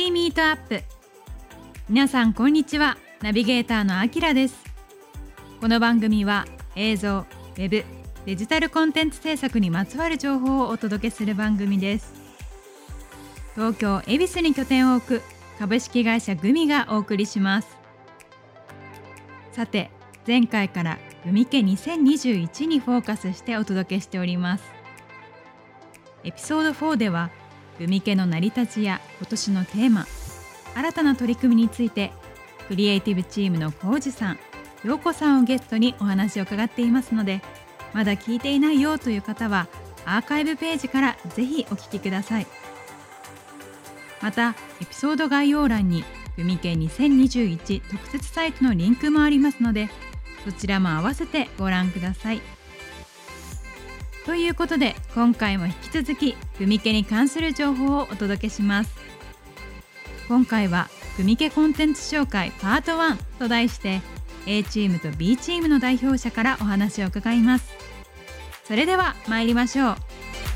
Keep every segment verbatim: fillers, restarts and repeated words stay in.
ーミートアップ。皆さんこんにちは。ナビゲーターのあきらです。この番組は映像、ウェブ、デジタルコンテンツ制作にまつわる情報をお届けする番組です。東京恵比寿に拠点を置く株式会社グミがお送りします。さて、前回からグミケにせんにじゅういちにフォーカスしてお届けしております。エピソードフォーではグミケの成り立ちや今年のテーマ、新たな取り組みについてクリエイティブチームのコウジさん、陽子さんをゲストにお話を伺っていますので、まだ聞いていないよという方はアーカイブページからぜひお聞きください。またエピソード概要欄にグミケにせんにじゅういち特設サイトのリンクもありますので、そちらも合わせてご覧ください。ということで、今回も引き続きグミケに関する情報をお届けします。今回はグミケコンテンツ紹介パートワンと題して A チームと B チームの代表者からお話を伺います。それでは参りましょう。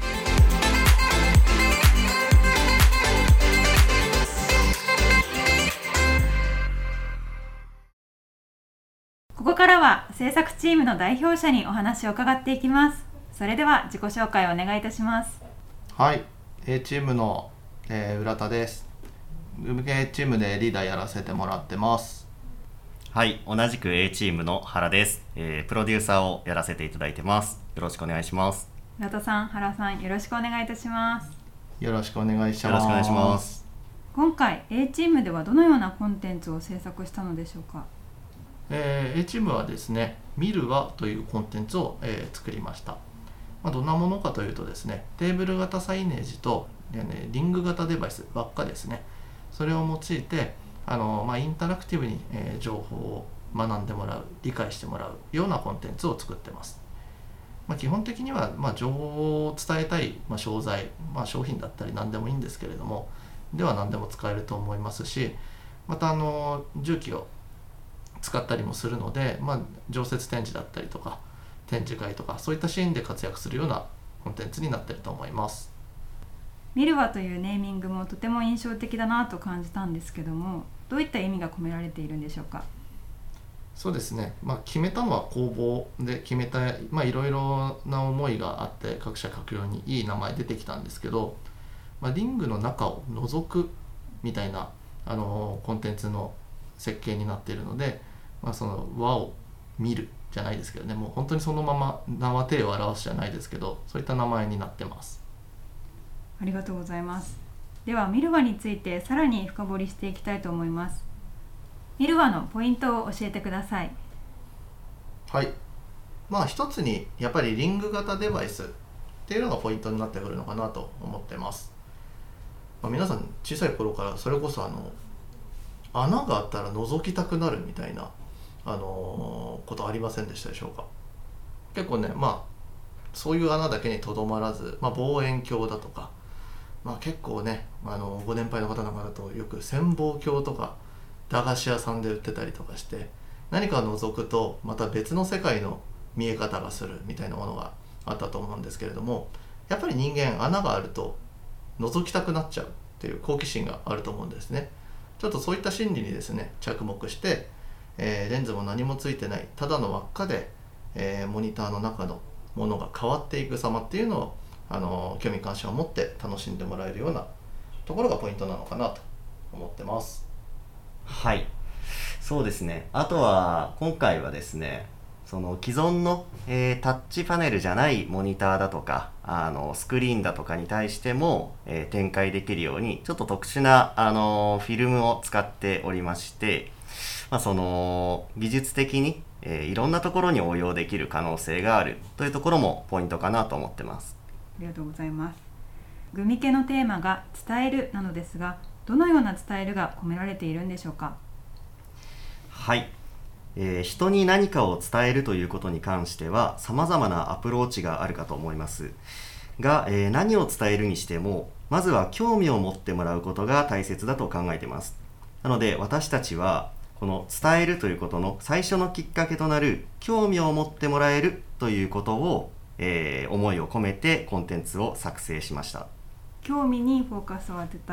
ここからは制作チームの代表者にお話を伺っていきます。それでは自己紹介をお願いいたします。 はい、A チームの、えー、浦田です。グミケチームでリーダーやらせてもらってます。 はい、同じく A チームの原です、えー、プロデューサーをやらせていただいてます。よろしくお願いします。 浦田さん、原さん、よろしくお願いいたします。 よろしくお願いします。 よろしくお願いします。 今回 A チームではどのようなコンテンツを制作したのでしょうか。 えー、A チームはですね、ミルワというコンテンツを、えー、作りました。まあ、どんなものかというとですね、テーブル型サイネージと、ね、リング型デバイス、輪っかですね、それを用いてあの、まあ、インタラクティブに、えー、情報を学んでもらう、理解してもらうようなコンテンツを作ってます。まあ、基本的には、まあ、情報を伝えたい、まあ、商材、まあ、商品だったり何でもいいんですけれども、では何でも使えると思いますし、またあの重機を使ったりもするので、まあ、常設展示だったりとか展示会とかそういったシーンで活躍するようなコンテンツになっていると思います。 ミルワというネーミングもとても印象的だなと感じたんですけども、どういった意味が込められているんでしょうか。 そうですね、まあ、決めたのは工房で決めた、まあ、いろいろな思いがあって各社各用にいい名前出てきたんですけど、まあ、リングの中を覗くみたいなあのコンテンツの設計になっているので、まあ、その輪を見るじゃないですけどね、もう本当にそのまま名は体を表すじゃないですけど、そういった名前になってます。 ありがとうございます。ではミルワについてさらに深掘りしていきたいと思います。ミルワのポイントを教えてください。 はい、まあ一つにやっぱりリング型デバイスっていうのがポイントになってくるのかなと思ってます。まあ、皆さん小さい頃からそれこそあの穴があったら覗きたくなるみたいなあのー、ことありませんでしたでしょうか。結構ね、まあそういう穴だけにとどまらず、まあ、望遠鏡だとか、まあ、結構ね、あのご年配の方なんかだとよく潜望鏡とか駄菓子屋さんで売ってたりとかして、何か覗くとまた別の世界の見え方がするみたいなものがあったと思うんですけれども、やっぱり人間穴があると覗きたくなっちゃうっていう好奇心があると思うんですね。ちょっとそういった心理にですね着目して、えー、レンズも何もついてないただの輪っかで、えー、モニターの中のものが変わっていく様っていうのを、あのー、興味関心を持って楽しんでもらえるようなところがポイントなのかなと思ってます。 はい、そうですね。あとは今回はですね、その既存の、えー、タッチパネルじゃないモニターだとかあのスクリーンだとかに対しても、えー、展開できるようにちょっと特殊な、あのー、フィルムを使っておりまして、まあ、その技術的に、えー、いろんなところに応用できる可能性があるというところもポイントかなと思ってます。 ありがとうございます。グミケのテーマが伝えるなのですが、どのような伝えるが込められているんでしょうか。 はい、えー、人に何かを伝えるということに関しては様々なアプローチがあるかと思いますが、えー、何を伝えるにしてもまずは興味を持ってもらうことが大切だと考えています。なので私たちはこの伝えるということの最初のきっかけとなる興味を持ってもらえるということを、えー、思いを込めてコンテンツを作成しました。 興味にフォーカスを当てた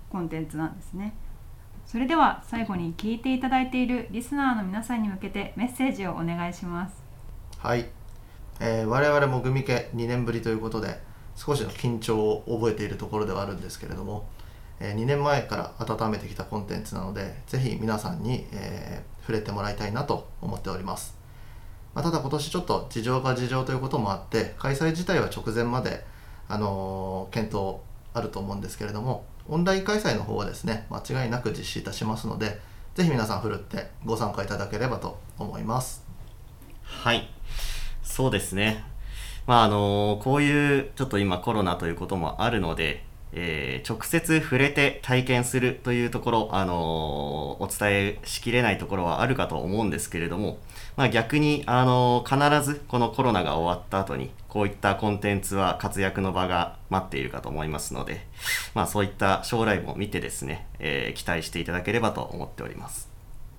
コンテンツなんですね。それでは最後に聞いていただいているリスナーの皆さんに向けてメッセージをお願いします。 はい、えー、我々もグミ系にねんぶりということで少しの緊張を覚えているところではあるんですけれども、えー、にねんまえから温めてきたコンテンツなのでぜひ皆さんに、えー、触れてもらいたいなと思っております。まあ、ただ今年ちょっと事情が事情ということもあって開催自体は直前まで、あのー、検討あると思うんですけれども、オンライン開催の方はですね間違いなく実施いたしますのでぜひ皆さんふるってご参加いただければと思います。 はい、そうですね。まああのこういうちょっと今コロナということもあるので、えー、直接触れて体験するというところ、あのお伝えしきれないところはあるかと思うんですけれども、まあ、逆に、あの必ずこのコロナが終わった後にこういったコンテンツは活躍の場が待っているかと思いますので、まあ、そういった将来も見てですね、えー、期待していただければと思っております。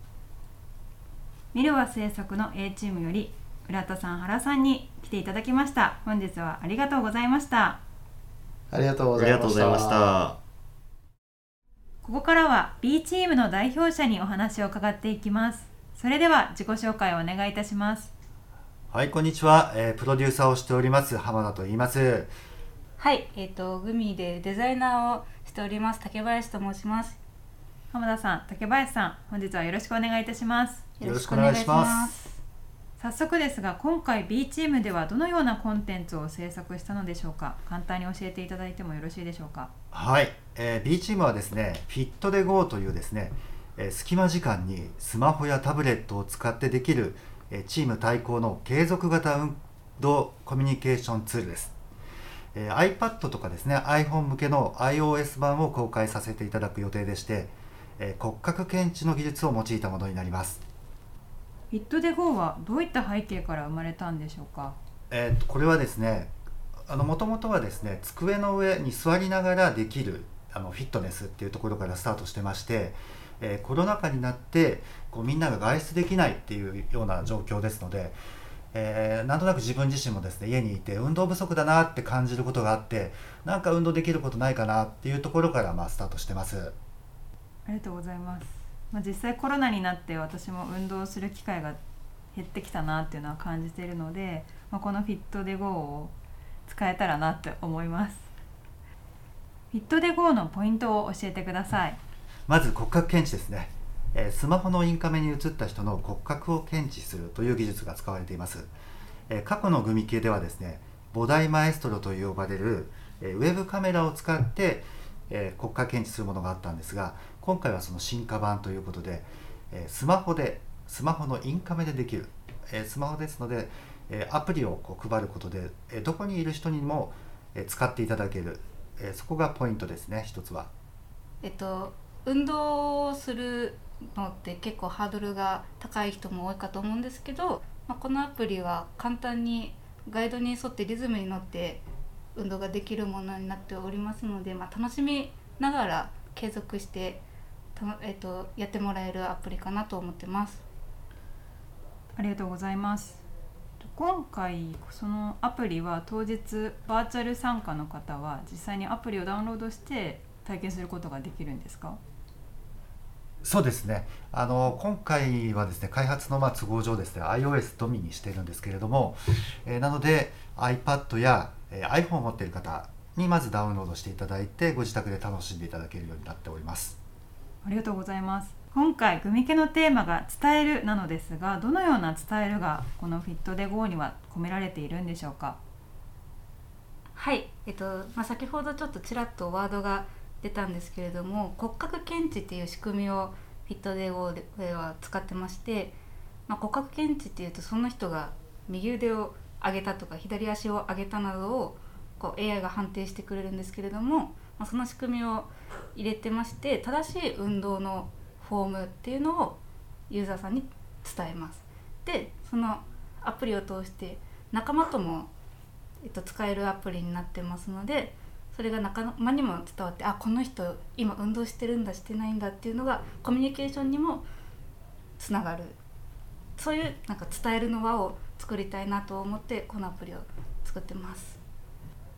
ミルワ制作の A チームより浦田さん、原さんに来ていただきました。本日はありがとうございました。 ありがとうございました。ありがとうございました。 ここからは B チームの代表者にお話を伺っていきます。それでは自己紹介をお願いいたします。 はい、こんにちは、えー、プロデューサーをしております浜田と言います。 はい、えーと、グミでデザイナーをしております竹林と申します。 浜田さん、竹林さん、本日はよろしくお願いいたします。 よろしくお願いします。 早速ですが、今回 B チームではどのようなコンテンツを制作したのでしょうか。簡単に教えていただいてもよろしいでしょうか。 はい、えー、B チームはですね、フィットで ゴー というですね、えー、隙間時間にスマホやタブレットを使ってできる、えー、チーム対抗の継続型運動コミュニケーションツールです。えー、iPad とかですね iPhone 向けの iOS 版を公開させていただく予定でして、えー、骨格検知の技術を用いたものになります。 フィットで ゴー はどういった背景から生まれたんでしょうか。 えー、これはですね、あの元々はですね、机の上に座りながらできるあのフィットネスっていうところからスタートしてまして、えー、コロナ禍になってこうみんなが外出できないっていうような状況ですので、えー、なんとなく自分自身もですね、家にいて運動不足だなって感じることがあって、なんか運動できることないかなっていうところからまあスタートしてます。 ありがとうございます。まあ、実際コロナになって私も運動する機会が減ってきたなっていうのは感じているので、まあ、このフィットで ゴー を使えたらなって思います。フィットで ゴー のポイントを教えてください。 まず骨格検知ですね。えー、スマホのインカメに映った人の骨格を検知するという技術が使われています。えー、過去のグミ系ではですね、ボダイマエストロと呼ばれる、えー、ウェブカメラを使って、えー、骨格検知するものがあったんですが、今回はその進化版ということで、えー、スマホでスマホのインカメでできる、えー、スマホですので、えー、アプリをこう配ることで、えー、どこにいる人にも、えー、使っていただける、えー、そこがポイントですね。一つはえっと運動するのって結構ハードルが高い人も多いかと思うんですけど、まあ、このアプリは簡単にガイドに沿ってリズムに乗って運動ができるものになっておりますので、まあ、楽しみながら継続してえっと、やってもらえるアプリかなと思ってます。 ありがとうございます。今回そのアプリは当日バーチャル参加の方は実際にアプリをダウンロードして体験することができるんですか？ そうですね、あの今回はですね、開発のまあ都合上ですね iOS のみにしているんですけれども、えー、なので iPad や、えー、iPhone を持っている方にまずダウンロードしていただいてご自宅で楽しんでいただけるようになっております。 ありがとうございます。今回グミケのテーマが伝えるなのですが、どのような伝えるがこのフィットで ゴー には込められているんでしょうか？ はい、えっとまあ、先ほどちょっとちらっとワードが出たんですけれども、骨格検知っていう仕組みをフィットで ゴー では使ってまして、まあ、骨格検知っていうとその人が右腕を上げたとか左足を上げたなどをこう エーアイ が判定してくれるんですけれども、まあ、その仕組みを入れてまして、正しい運動のフォームっていうのをユーザーさんに伝えます。で、そのアプリを通して仲間とも、えっと、使えるアプリになってますので、それが仲間にも伝わって、あ、この人今運動してるんだしてないんだっていうのがコミュニケーションにもつながる、そういうなんか伝えるの輪を作りたいなと思ってこのアプリを作ってます。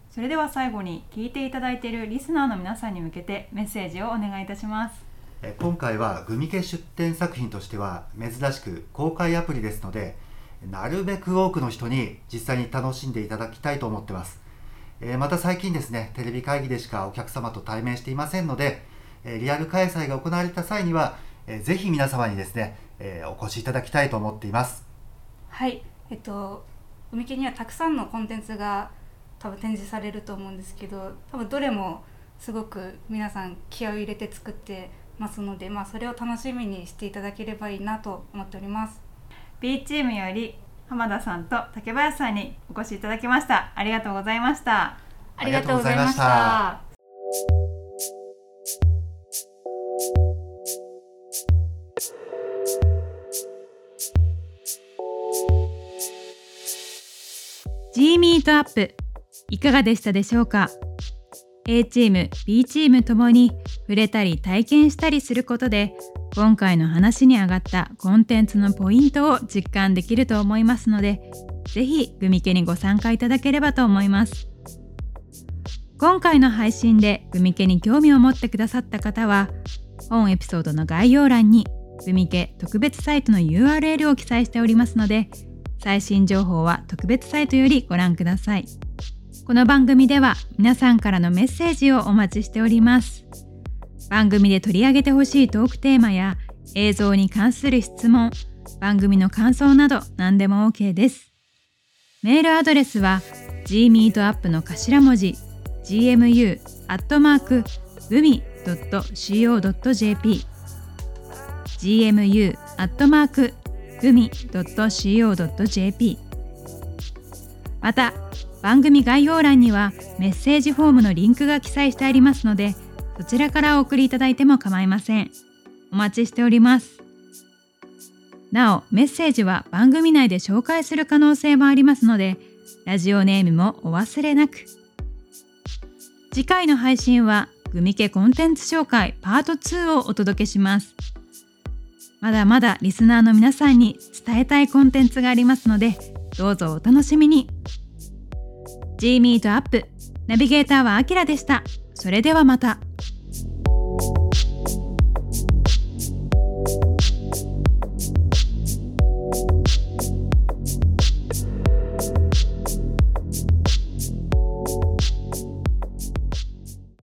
それでは最後に聞いていただいているリスナーの皆さんに向けてメッセージをお願いいたします。 今回はグミケ出展作品としては珍しく公開アプリですので、なるべく多くの人に実際に楽しんでいただきたいと思ってます。また最近ですね、テレビ会議でしかお客様と対面していませんので、リアル開催が行われた際にはぜひ皆様にですねお越しいただきたいと思っています。 はい、えっとグミケにはたくさんのコンテンツが多分展示されると思うんですけど、多分どれもすごく皆さん気合を入れて作ってますので、まあ、それを楽しみにしていただければいいなと思っております。 B チームより浜田さんと竹林さんにお越しいただきました。ありがとうございました。 ありがとうございました。 G ミートアップいかがでしたでしょうか。 A チーム B チームともに触れたり体験したりすることで、今回の話に上がったコンテンツのポイントを実感できると思いますので、ぜひグミケにご参加いただければと思います。今回の配信でグミケに興味を持ってくださった方は、本エピソードの概要欄にグミケ特別サイトの ユーアールエル を記載しておりますので、最新情報は特別サイトよりご覧ください。この番組では皆さんからのメッセージをお待ちしております。番組で取り上げてほしいトークテーマや映像に関する質問、番組の感想など何でも OK です。メールアドレスは G ミートアップの頭文字 ジーエムユー アットマーク グミ ドット シーオー ドット ジェーピー ジーエムユー アットマーク グミ ドット シーオー ドット ジェーピー。 また番組概要欄にはメッセージフォームのリンクが記載してありますので、そちらからお送りいただいても構いません。お待ちしております。なお、メッセージは番組内で紹介する可能性もありますので、ラジオネームもお忘れなく。次回の配信はグミケコンテンツ紹介パートツーをお届けします。まだまだリスナーの皆さんに伝えたいコンテンツがありますので、どうぞお楽しみに。 G ミートアップナビゲーターはあきらでした。それではまた。